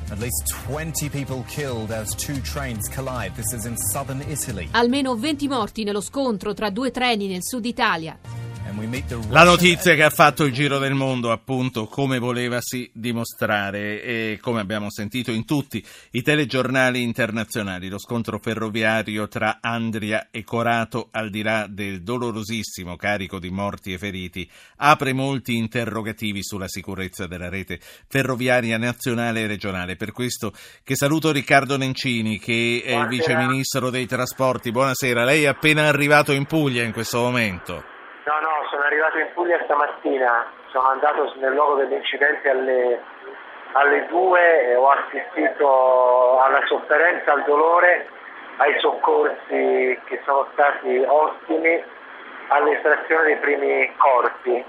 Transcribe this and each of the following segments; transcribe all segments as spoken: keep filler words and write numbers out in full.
At least twenty people killed as two trains collide. This is in southern Italy. Almeno venti morti nello scontro tra due treni nel sud Italia. La notizia che ha fatto il giro del mondo, appunto, come volevasi dimostrare, e come abbiamo sentito in tutti i telegiornali internazionali, lo scontro ferroviario tra Andria e Corato, al di là del dolorosissimo carico di morti e feriti, apre molti interrogativi sulla sicurezza della rete ferroviaria nazionale e regionale. Per questo che saluto Riccardo Nencini, che è il vice ministro dei trasporti. Buonasera, lei è appena arrivato in Puglia in questo momento. No, no, sono arrivato in Puglia stamattina, sono andato nel luogo dell'incidente alle, alle due e ho assistito alla sofferenza, al dolore, ai soccorsi che sono stati ottimi, all'estrazione dei primi corpi.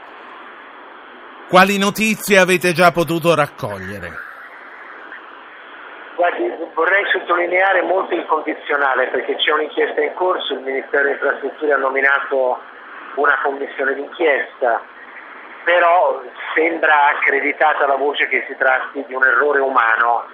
Quali notizie avete già potuto raccogliere? Guardi, vorrei sottolineare molto il condizionale, perché c'è un'inchiesta in corso, il Ministero delle Infrastrutture ha nominato una commissione d'inchiesta, però sembra accreditata la voce che si tratti di un errore umano.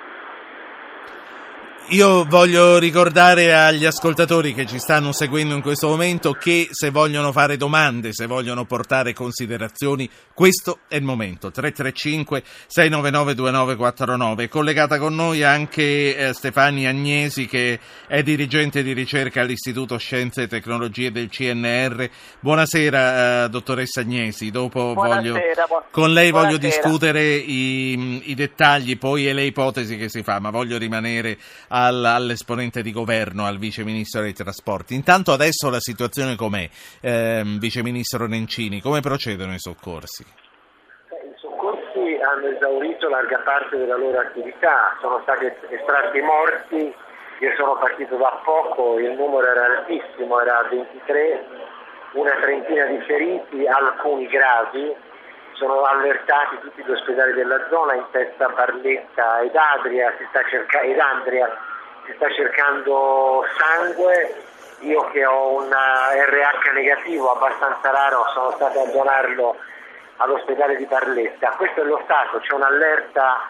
Io voglio ricordare agli ascoltatori che ci stanno seguendo in questo momento che se vogliono fare domande, se vogliono portare considerazioni, questo è il momento. tre tre cinque sei nove nove due nove quattro nove. È collegata con noi anche eh, Stefania Agnesi, che è dirigente di ricerca all'Istituto Scienze e Tecnologie del C N R. Buonasera, eh, dottoressa Agnesi. Dopo Buonasera, voglio, bu- con lei voglio buonasera. discutere i, i dettagli poi e le ipotesi che si fa, ma voglio rimanere al, all'esponente di governo, al vice ministro dei trasporti. Intanto adesso la situazione com'è, eh, vice ministro Nencini? Come procedono i soccorsi? I soccorsi hanno esaurito larga parte della loro attività, sono stati estratti i morti. Io sono partito da poco, il numero era altissimo, era ventitré, una trentina di feriti, alcuni gravi. Sono allertati tutti gli ospedali della zona, in testa Barletta ed Adria, si sta cerca- ed Andria, si sta cercando sangue. Io che ho un erre acca negativo abbastanza raro sono stato a donarlo all'ospedale di Barletta. Questo è lo stato, c'è un'allerta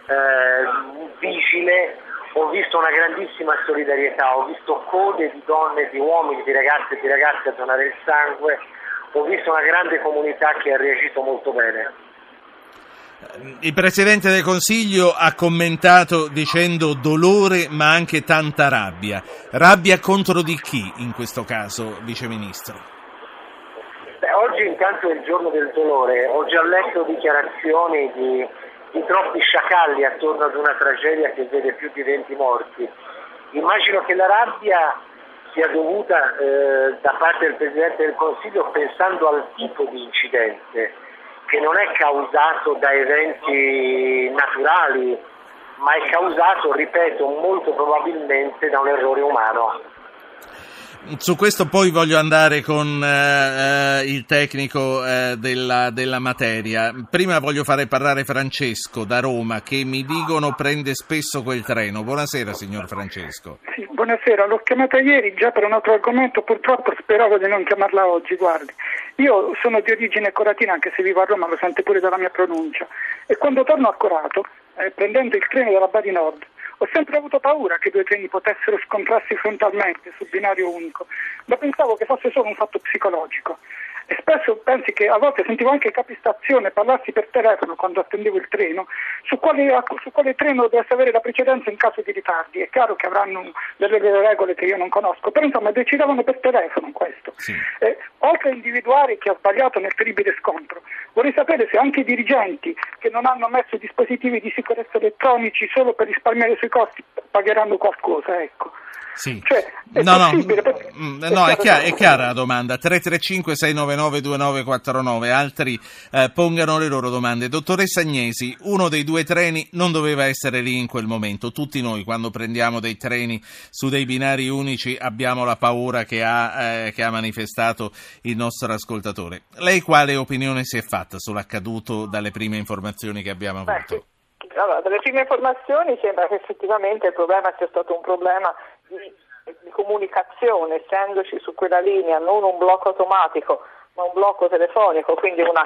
eh, vigile. Ho visto una grandissima solidarietà, ho visto code di donne, di uomini, di ragazze e di ragazze a donare il sangue, ho visto una grande comunità che ha reagito molto bene. Il Presidente del Consiglio ha commentato dicendo dolore ma anche tanta rabbia. Rabbia contro di chi in questo caso, Vice Ministro? Beh, oggi intanto è il giorno del dolore, ho già letto dichiarazioni di, di troppi sciacalli attorno ad una tragedia che vede più di venti morti. Immagino che la rabbia sia dovuta eh, da parte del Presidente del Consiglio pensando al tipo di incidente, che non è causato da eventi naturali, ma è causato, ripeto, molto probabilmente da un errore umano. Su questo poi voglio andare con eh, il tecnico eh, della, della materia. Prima voglio fare parlare Francesco da Roma, che mi dicono prende spesso quel treno. Buonasera, signor Francesco. Sì, buonasera, l'ho chiamata ieri già per un altro argomento, purtroppo speravo di non chiamarla oggi. Guardi, io sono di origine coratina, anche se vivo a Roma, lo sente pure dalla mia pronuncia, e quando torno a Corato, eh, prendendo il treno della Bari Nord, ho sempre avuto paura che i due treni potessero scontrarsi frontalmente su binario unico, ma pensavo che fosse solo un fatto psicologico. E spesso pensi che a volte sentivo anche i capistazione parlarsi per telefono quando attendevo il treno su quale, su quale treno dovesse avere la precedenza in caso di ritardi. È chiaro che avranno delle loro regole che io non conosco, però insomma decidevano per telefono questo. Sì. Eh, oltre a individuare chi ha sbagliato nel terribile scontro, vorrei sapere se anche i dirigenti che non hanno messo dispositivi di sicurezza elettronici solo per risparmiare sui costi pagheranno qualcosa, ecco. Sì. Cioè, è no, no, perché... no, è chiara, è chiara la domanda. tre tre cinque sei nove nove due nove quattro nove. Altri eh, pongano le loro domande. Dottoressa Agnesi, uno dei due treni non doveva essere lì in quel momento. Tutti noi quando prendiamo dei treni su dei binari unici abbiamo la paura che ha, eh, che ha manifestato il nostro ascoltatore. Lei quale opinione si è fatta sull'accaduto dalle prime informazioni che abbiamo avuto? Beh, allora, dalle prime informazioni sembra che effettivamente il problema sia stato un problema di, di comunicazione, essendoci su quella linea non un blocco automatico ma un blocco telefonico, quindi una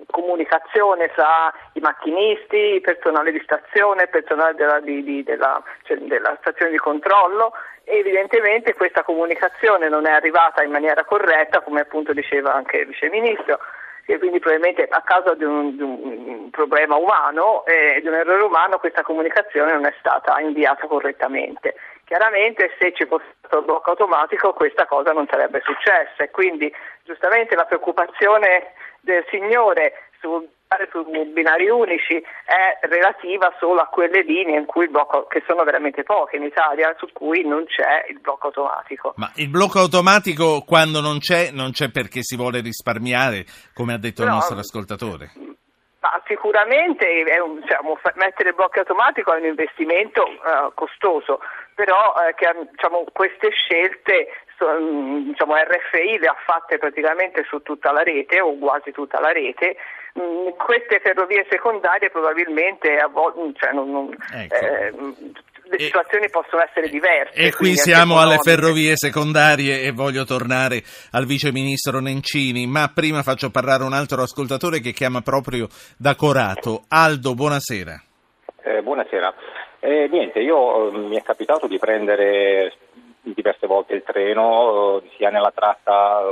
comunicazione tra i macchinisti, il personale di stazione, il personale della, di, di, della, cioè della stazione di controllo. Evidentemente questa comunicazione non è arrivata in maniera corretta, come appunto diceva anche il Vice Ministro, e quindi probabilmente a causa di un, di un problema umano e eh, di un errore umano questa comunicazione non è stata inviata correttamente. Chiaramente se ci fosse stato il blocco automatico questa cosa non sarebbe successa e quindi giustamente la preoccupazione del signore su su binari unici è relativa solo a quelle linee in cui il blocco, che sono veramente poche in Italia, su cui non c'è il blocco automatico. Ma il blocco automatico quando non c'è, non c'è perché si vuole risparmiare, come ha detto no, il nostro ascoltatore? Ma sicuramente è un, cioè, mettere il blocco automatico è un investimento uh, costoso, però uh, che, diciamo, queste scelte diciamo, R F I le ha fatte praticamente su tutta la rete o quasi tutta la rete. Mm, queste ferrovie secondarie probabilmente a volte, cioè, non, non, ecco. eh, le e, situazioni possono essere diverse. E qui siamo alle ferrovie secondarie e voglio tornare al Vice Ministro Nencini, ma prima faccio parlare un altro ascoltatore che chiama proprio da Corato. Aldo, buonasera. Eh, buonasera. Eh, niente, io mi è capitato di prendere diverse volte il treno sia nella tratta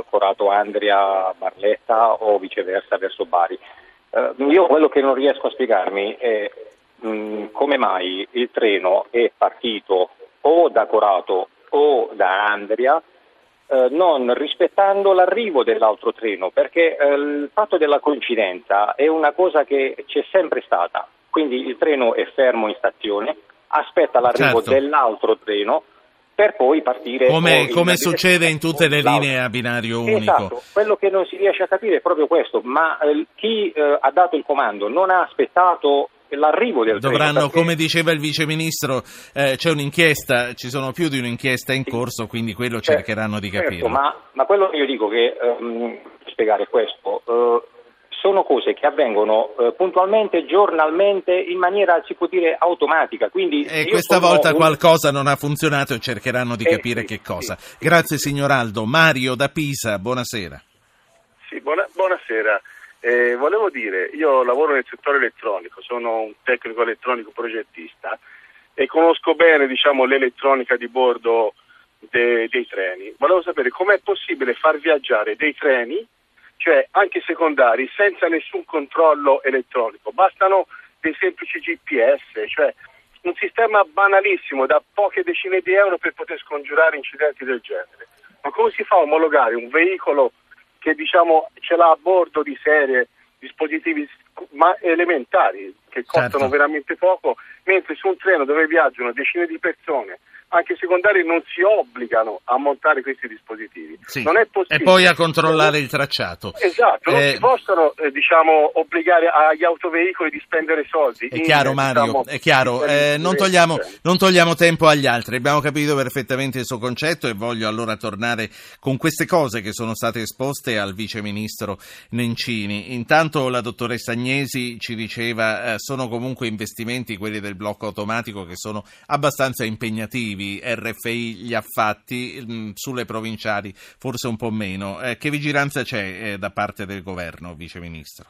Corato-Andria-Barletta o viceversa verso Bari. Eh, io quello che non riesco a spiegarmi è mh, come mai il treno è partito o da Corato o da Andria eh, non rispettando l'arrivo dell'altro treno, perché eh, il fatto della coincidenza è una cosa che c'è sempre stata, quindi il treno è fermo in stazione, aspetta l'arrivo certo. dell'altro treno per poi partire. Come, come succede in tutte le linee a binario unico. Esatto, quello che non si riesce a capire è proprio questo, ma eh, chi eh, ha dato il comando non ha aspettato l'arrivo del Dovranno, treno. Perché... come diceva il Vice Ministro, eh, c'è un'inchiesta, ci sono più di un'inchiesta in corso, quindi quello certo, cercheranno di capire. Certo, ma, ma quello che io dico che, ehm, spiegare questo, eh, sono cose che avvengono eh, puntualmente, giornalmente, in maniera, si può dire, automatica. Quindi e questa volta un... qualcosa non ha funzionato e cercheranno di eh, capire sì, che cosa. Sì, Grazie signor Aldo. Mario da Pisa, buonasera. Sì, buona, buonasera. Eh, volevo dire, io lavoro nel settore elettronico, sono un tecnico elettronico progettista e conosco bene, diciamo, l'elettronica di bordo de, dei treni. Volevo sapere com'è possibile far viaggiare dei treni, cioè anche secondari, senza nessun controllo elettronico. Bastano dei semplici G P S, cioè un sistema banalissimo da poche decine di euro per poter scongiurare incidenti del genere. Ma come si fa a omologare un veicolo che, diciamo, ce l'ha a bordo di serie dispositivi ma elementari che costano certo. veramente poco, mentre su un treno dove viaggiano decine di persone, anche i secondari, non si obbligano a montare questi dispositivi. Sì. Non è possibile. E poi a controllare il tracciato. Esatto, non eh... si possono eh, diciamo obbligare agli autoveicoli di spendere soldi. È chiaro, in, Mario, diciamo, è chiaro. Eh, non, togliamo, non togliamo tempo agli altri, abbiamo capito perfettamente il suo concetto e voglio allora tornare con queste cose che sono state esposte al Vice Ministro Nencini. Intanto la dottoressa Agnesi ci diceva eh, sono comunque investimenti, quelli del blocco automatico, che sono abbastanza impegnativi. R F I li ha fatti, mh, sulle provinciali forse un po' meno. Eh, che vigilanza c'è eh, da parte del governo, Vice Ministro?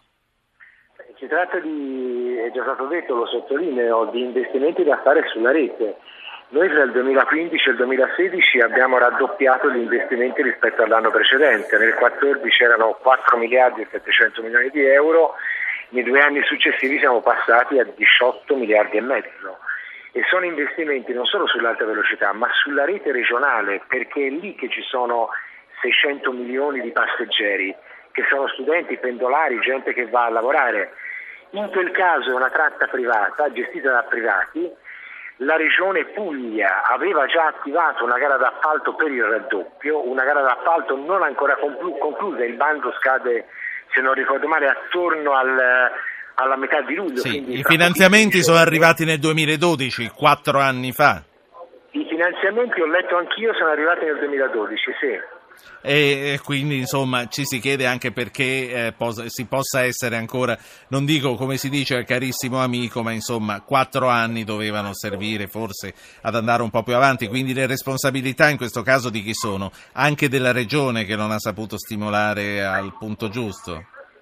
Si tratta di, è già stato detto, lo sottolineo, di investimenti da fare sulla rete. Noi tra il duemilaquindici e il duemilasedici abbiamo raddoppiato gli investimenti rispetto all'anno precedente. Nel duemilaquattordici erano quattro miliardi e settecento milioni di euro, nei due anni successivi siamo passati a diciotto miliardi e mezzo. E sono investimenti non solo sull'alta velocità, ma sulla rete regionale, perché è lì che ci sono seicento milioni di passeggeri, che sono studenti, pendolari, gente che va a lavorare. In quel caso è una tratta privata, gestita da privati. La regione Puglia aveva già attivato una gara d'appalto per il raddoppio, una gara d'appalto non ancora conclu- conclusa, il bando scade, se non ricordo male, attorno al... alla metà di luglio. Sì, i finanziamenti sono arrivati nel duemiladodici, quattro anni fa. I finanziamenti, ho letto anch'io, sono arrivati nel duemiladodici, sì. E, e quindi insomma ci si chiede anche perché eh, pos- si possa essere ancora, non dico come si dice carissimo amico, ma insomma quattro anni dovevano servire forse ad andare un po' più avanti, quindi le responsabilità in questo caso di chi sono? Anche della regione che non ha saputo stimolare al punto giusto?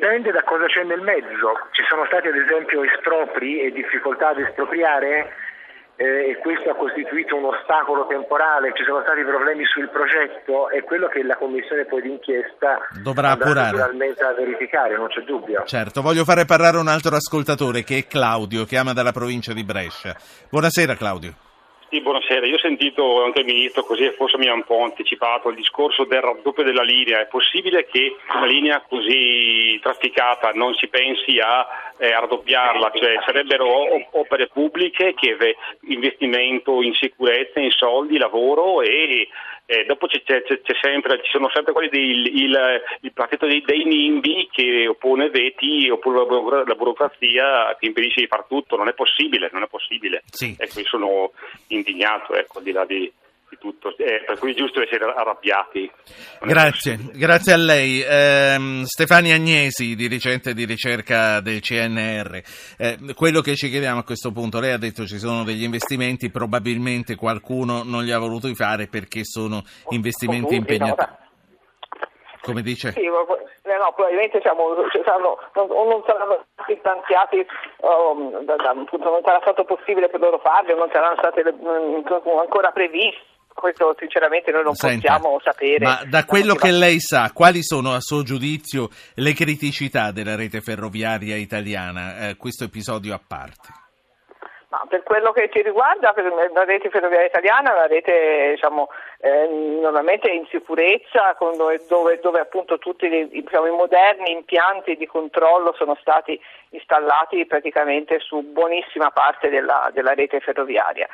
Dipende da cosa c'è nel mezzo. Ci sono stati ad esempio espropri e difficoltà ad espropriare eh, e questo ha costituito un ostacolo temporale, ci sono stati problemi sul progetto e quello che la commissione poi d'inchiesta dovrà andrà appurare, naturalmente a verificare, non c'è dubbio. Certo, voglio fare parlare un altro ascoltatore che è Claudio, chiama dalla provincia di Brescia. Buonasera Claudio. Sì, buonasera, io ho sentito anche il Ministro, così forse mi ha un po' anticipato il discorso del raddoppio della linea. È possibile che una linea così trafficata non si pensi a, eh, a raddoppiarla? Cioè sarebbero opere pubbliche, che investimento in sicurezza, in soldi, lavoro e eh, dopo c'è, c'è, c'è sempre, ci sono sempre quelli del il, il partito dei, dei nimbi che oppone veti, oppure la burocrazia che impedisce di far tutto. Non è possibile, non è possibile. Sì. Ecco, io sono indignato, ecco, al di là di, di tutto, eh, per cui è giusto essere arrabbiati. Grazie, grazie a lei. Eh, Stefania Agnesi, dirigente di ricerca del C N R. Eh, quello che ci chiediamo a questo punto, lei ha detto ci sono degli investimenti, probabilmente qualcuno non li ha voluti fare perché sono investimenti impegnativi. Come dice? Sì, no, probabilmente diciamo, saranno, non, non saranno stati stanziati, um, da, da, appunto, non sarà stato possibile per loro farli, non saranno stati ancora previsti. Questo sinceramente noi non Senta, possiamo sapere. Ma da quello che lei sa, quali sono a suo giudizio le criticità della rete ferroviaria italiana? Eh, questo episodio a parte. Ma per quello che ci riguarda, per la rete ferroviaria italiana, la rete diciamo eh, normalmente è in sicurezza, con dove, dove, dove appunto tutti i, diciamo, i moderni impianti di controllo sono stati installati praticamente su buonissima parte della, della rete ferroviaria.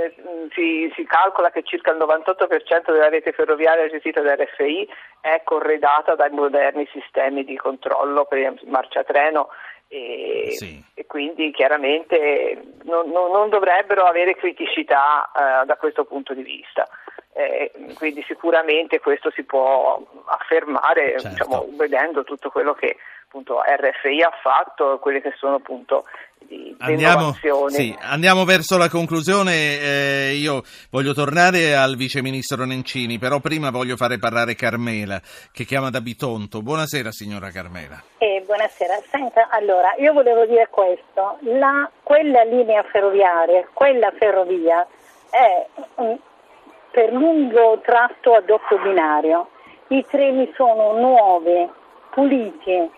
Si, si calcola che circa il novantotto per cento della rete ferroviaria gestita da R F I è corredata dai moderni sistemi di controllo per marciatreno. E, sì. e quindi chiaramente non, non, non dovrebbero avere criticità eh, da questo punto di vista. Eh, quindi sicuramente questo si può affermare, certo, diciamo, vedendo tutto quello che appunto R F I ha fatto, quelle che sono appunto di, di andiamo, innovazioni. Sì, andiamo verso la conclusione. Eh, io voglio tornare al Vice Ministro Nencini, però prima voglio fare parlare Carmela, che chiama da Bitonto. Buonasera signora Carmela. Eh, buonasera, senta, allora io volevo dire questo, la, quella linea ferroviaria, quella ferrovia è um, per lungo tratto a doppio binario, i treni sono nuovi, puliti,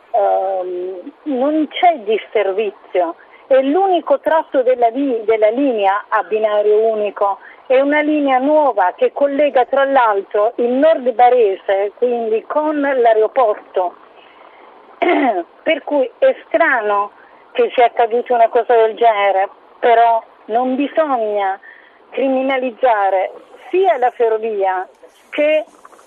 um, non c'è disservizio, è l'unico tratto della, li- della linea a binario unico, è una linea nuova che collega tra l'altro il nord barese, quindi con l'aeroporto. Per cui è strano che sia accaduta una cosa del genere, però non bisogna criminalizzare sia la ferrovia che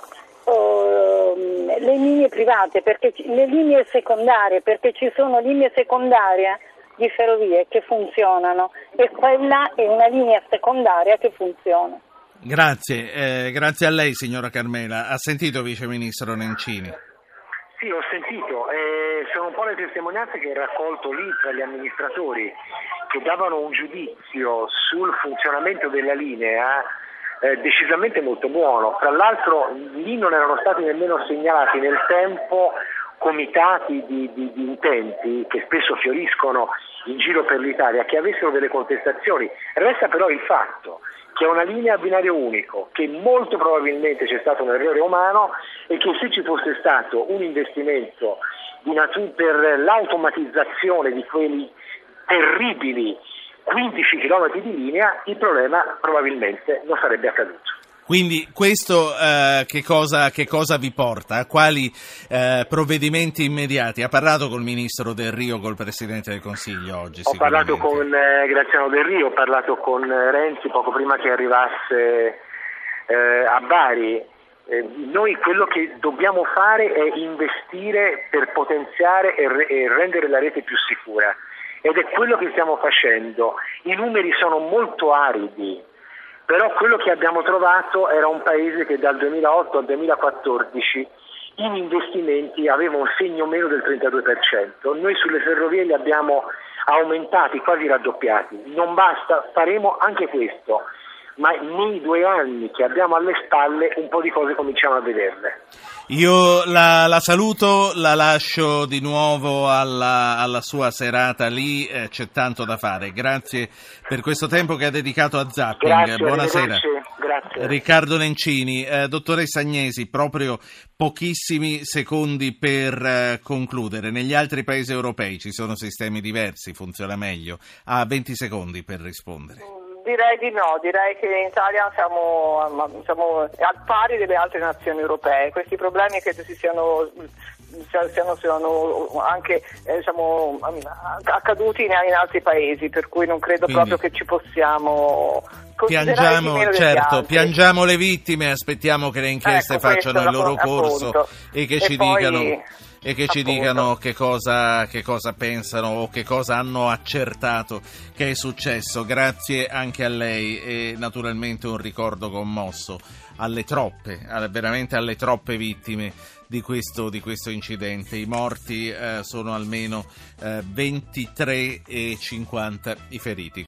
uh, le linee private, perché le linee secondarie, perché ci sono linee secondarie di ferrovie che funzionano e quella è una linea secondaria che funziona. Grazie, eh, grazie a lei signora Carmela. Ha sentito Vice Ministro Nencini? Sì, ho sentito, eh, sono un po' le testimonianze che ho raccolto lì tra gli amministratori che davano un giudizio sul funzionamento della linea eh, decisamente molto buono. Tra l'altro lì non erano stati nemmeno segnalati nel tempo comitati di, di, di utenti che spesso fioriscono in giro per l'Italia che avessero delle contestazioni. Resta però il fatto che è una linea a binario unico, che molto probabilmente c'è stato un errore umano e che se ci fosse stato un investimento di natu- per l'automatizzazione di quei terribili quindici chilometri di linea, il problema probabilmente non sarebbe accaduto. Quindi questo eh, che cosa che cosa vi porta? A quali eh, provvedimenti immediati? Ha parlato col Ministro Del Rio, col Presidente del Consiglio oggi? Ho parlato con eh, Graziano Del Rio, ho parlato con Renzi poco prima che arrivasse eh, a Bari. Eh, noi quello che dobbiamo fare è investire per potenziare e, re- e rendere la rete più sicura ed è quello che stiamo facendo. I numeri sono molto aridi. Però quello che abbiamo trovato era un paese che dal duemilaotto al duemilaquattordici in investimenti aveva un segno meno del trentadue per cento. Noi sulle ferrovie li abbiamo aumentati, quasi raddoppiati. Non basta, faremo anche questo, ma nei due anni che abbiamo alle spalle un po' di cose cominciamo a vederle. Io la, la saluto, la lascio di nuovo alla, alla sua serata lì, eh, c'è tanto da fare. Grazie per questo tempo che ha dedicato a Zapping. Grazie, buonasera. Grazie. Riccardo Nencini. Eh, dottoressa Agnesi, proprio pochissimi secondi per eh, concludere. Negli altri paesi europei ci sono sistemi diversi, funziona meglio. Ha venti secondi per rispondere. Direi di no, direi che in Italia siamo, siamo al pari delle altre nazioni europee. Questi problemi credo si siano, siano, siano anche eh, diciamo, accaduti in, in altri paesi, per cui non credo Quindi, proprio che ci possiamo piangiamo, certo, piangiamo le vittime, aspettiamo che le inchieste ecco, facciano il loro appunto, corso e che e ci poi, dicano e che ci appunto. dicano che cosa, che cosa pensano o che cosa hanno accertato che è successo. Grazie anche a lei e naturalmente un ricordo commosso alle troppe, alle, veramente alle troppe vittime di questo, di questo incidente. I morti eh, sono almeno eh, ventitré e cinquanta i feriti.